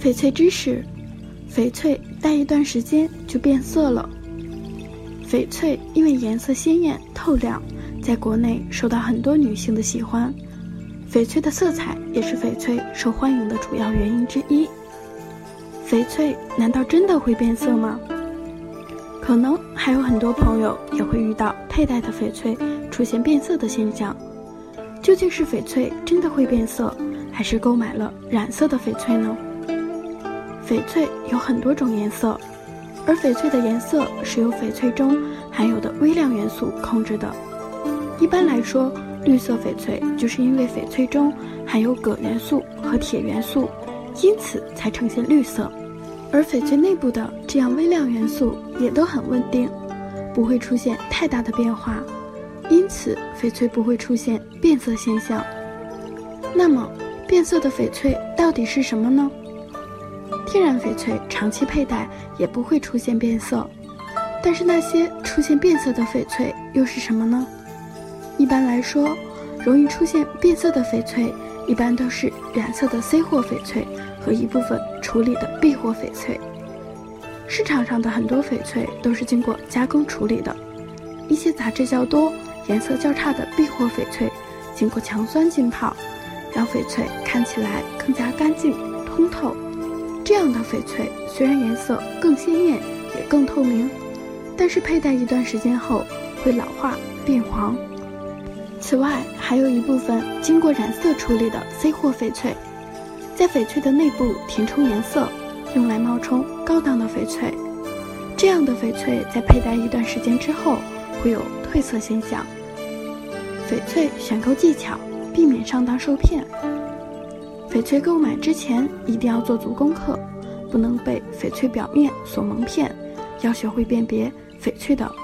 翡翠知识：翡翠戴一段时间就变色了。翡翠因为颜色鲜艳透亮，在国内受到很多女性的喜欢。翡翠的色彩也是翡翠受欢迎的主要原因之一。翡翠难道真的会变色吗？可能还有很多朋友也会遇到佩戴的翡翠出现变色的现象。究竟是翡翠真的会变色，还是购买了染色的翡翠呢？翡翠有很多种颜色，而翡翠的颜色是由翡翠中含有的微量元素控制的。一般来说，绿色翡翠就是因为翡翠中含有铬元素和铁元素，因此才呈现绿色。而翡翠内部的这样微量元素也都很稳定，不会出现太大的变化，因此翡翠不会出现变色现象。那么，变色的翡翠到底是什么呢？天然翡翠长期佩戴也不会出现变色，但是那些出现变色的翡翠又是什么呢？一般来说，容易出现变色的翡翠一般都是染色的 C 货翡翠和一部分处理的 B 货翡翠。市场上的很多翡翠都是经过加工处理的，一些杂质较多、颜色较差的 B 货翡翠经过强酸浸泡，让翡翠看起来更加干净通透。这样的翡翠虽然颜色更鲜艳也更透明，但是佩戴一段时间后会老化变黄。此外，还有一部分经过染色处理的 C 货翡翠，在翡翠的内部填充颜色，用来冒充高档的翡翠。这样的翡翠在佩戴一段时间之后会有褪色现象。翡翠选购技巧，避免上当受骗。翡翠购买之前一定要做足功课，不能被翡翠表面所蒙骗，要学会辨别翡翠的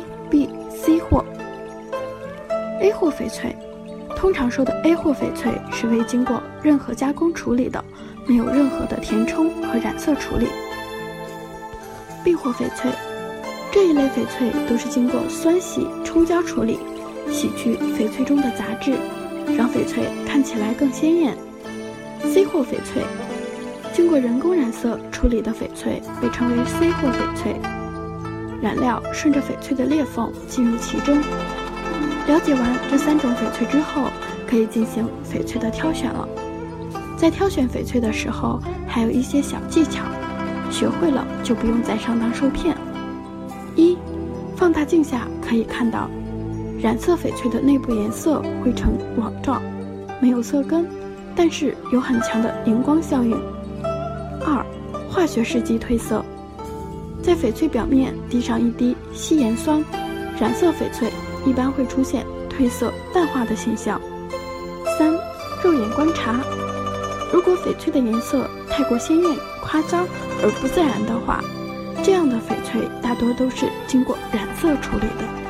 A、B、C 货。A 货翡翠，通常说的 A 货翡翠是未经过任何加工处理的，没有任何的填充和染色处理。B 货翡翠，这一类翡翠都是经过酸洗、冲胶处理，洗去翡翠中的杂质，让翡翠看起来更鲜艳。C 货翡翠，经过人工染色处理的翡翠被称为 C 货翡翠，染料顺着翡翠的裂缝进入其中。了解完这3种翡翠之后，可以进行翡翠的挑选了。在挑选翡翠的时候，还有一些小技巧，学会了就不用再上当受骗。1. 放大镜下可以看到，染色翡翠的内部颜色会呈网状，没有色根，但是有很强的荧光效应。2. 化学试剂褪色，在翡翠表面滴上一滴稀盐酸，染色翡翠一般会出现褪色淡化的现象。3. 肉眼观察，如果翡翠的颜色太过鲜艳夸张而不自然的话，这样的翡翠大多都是经过染色处理的。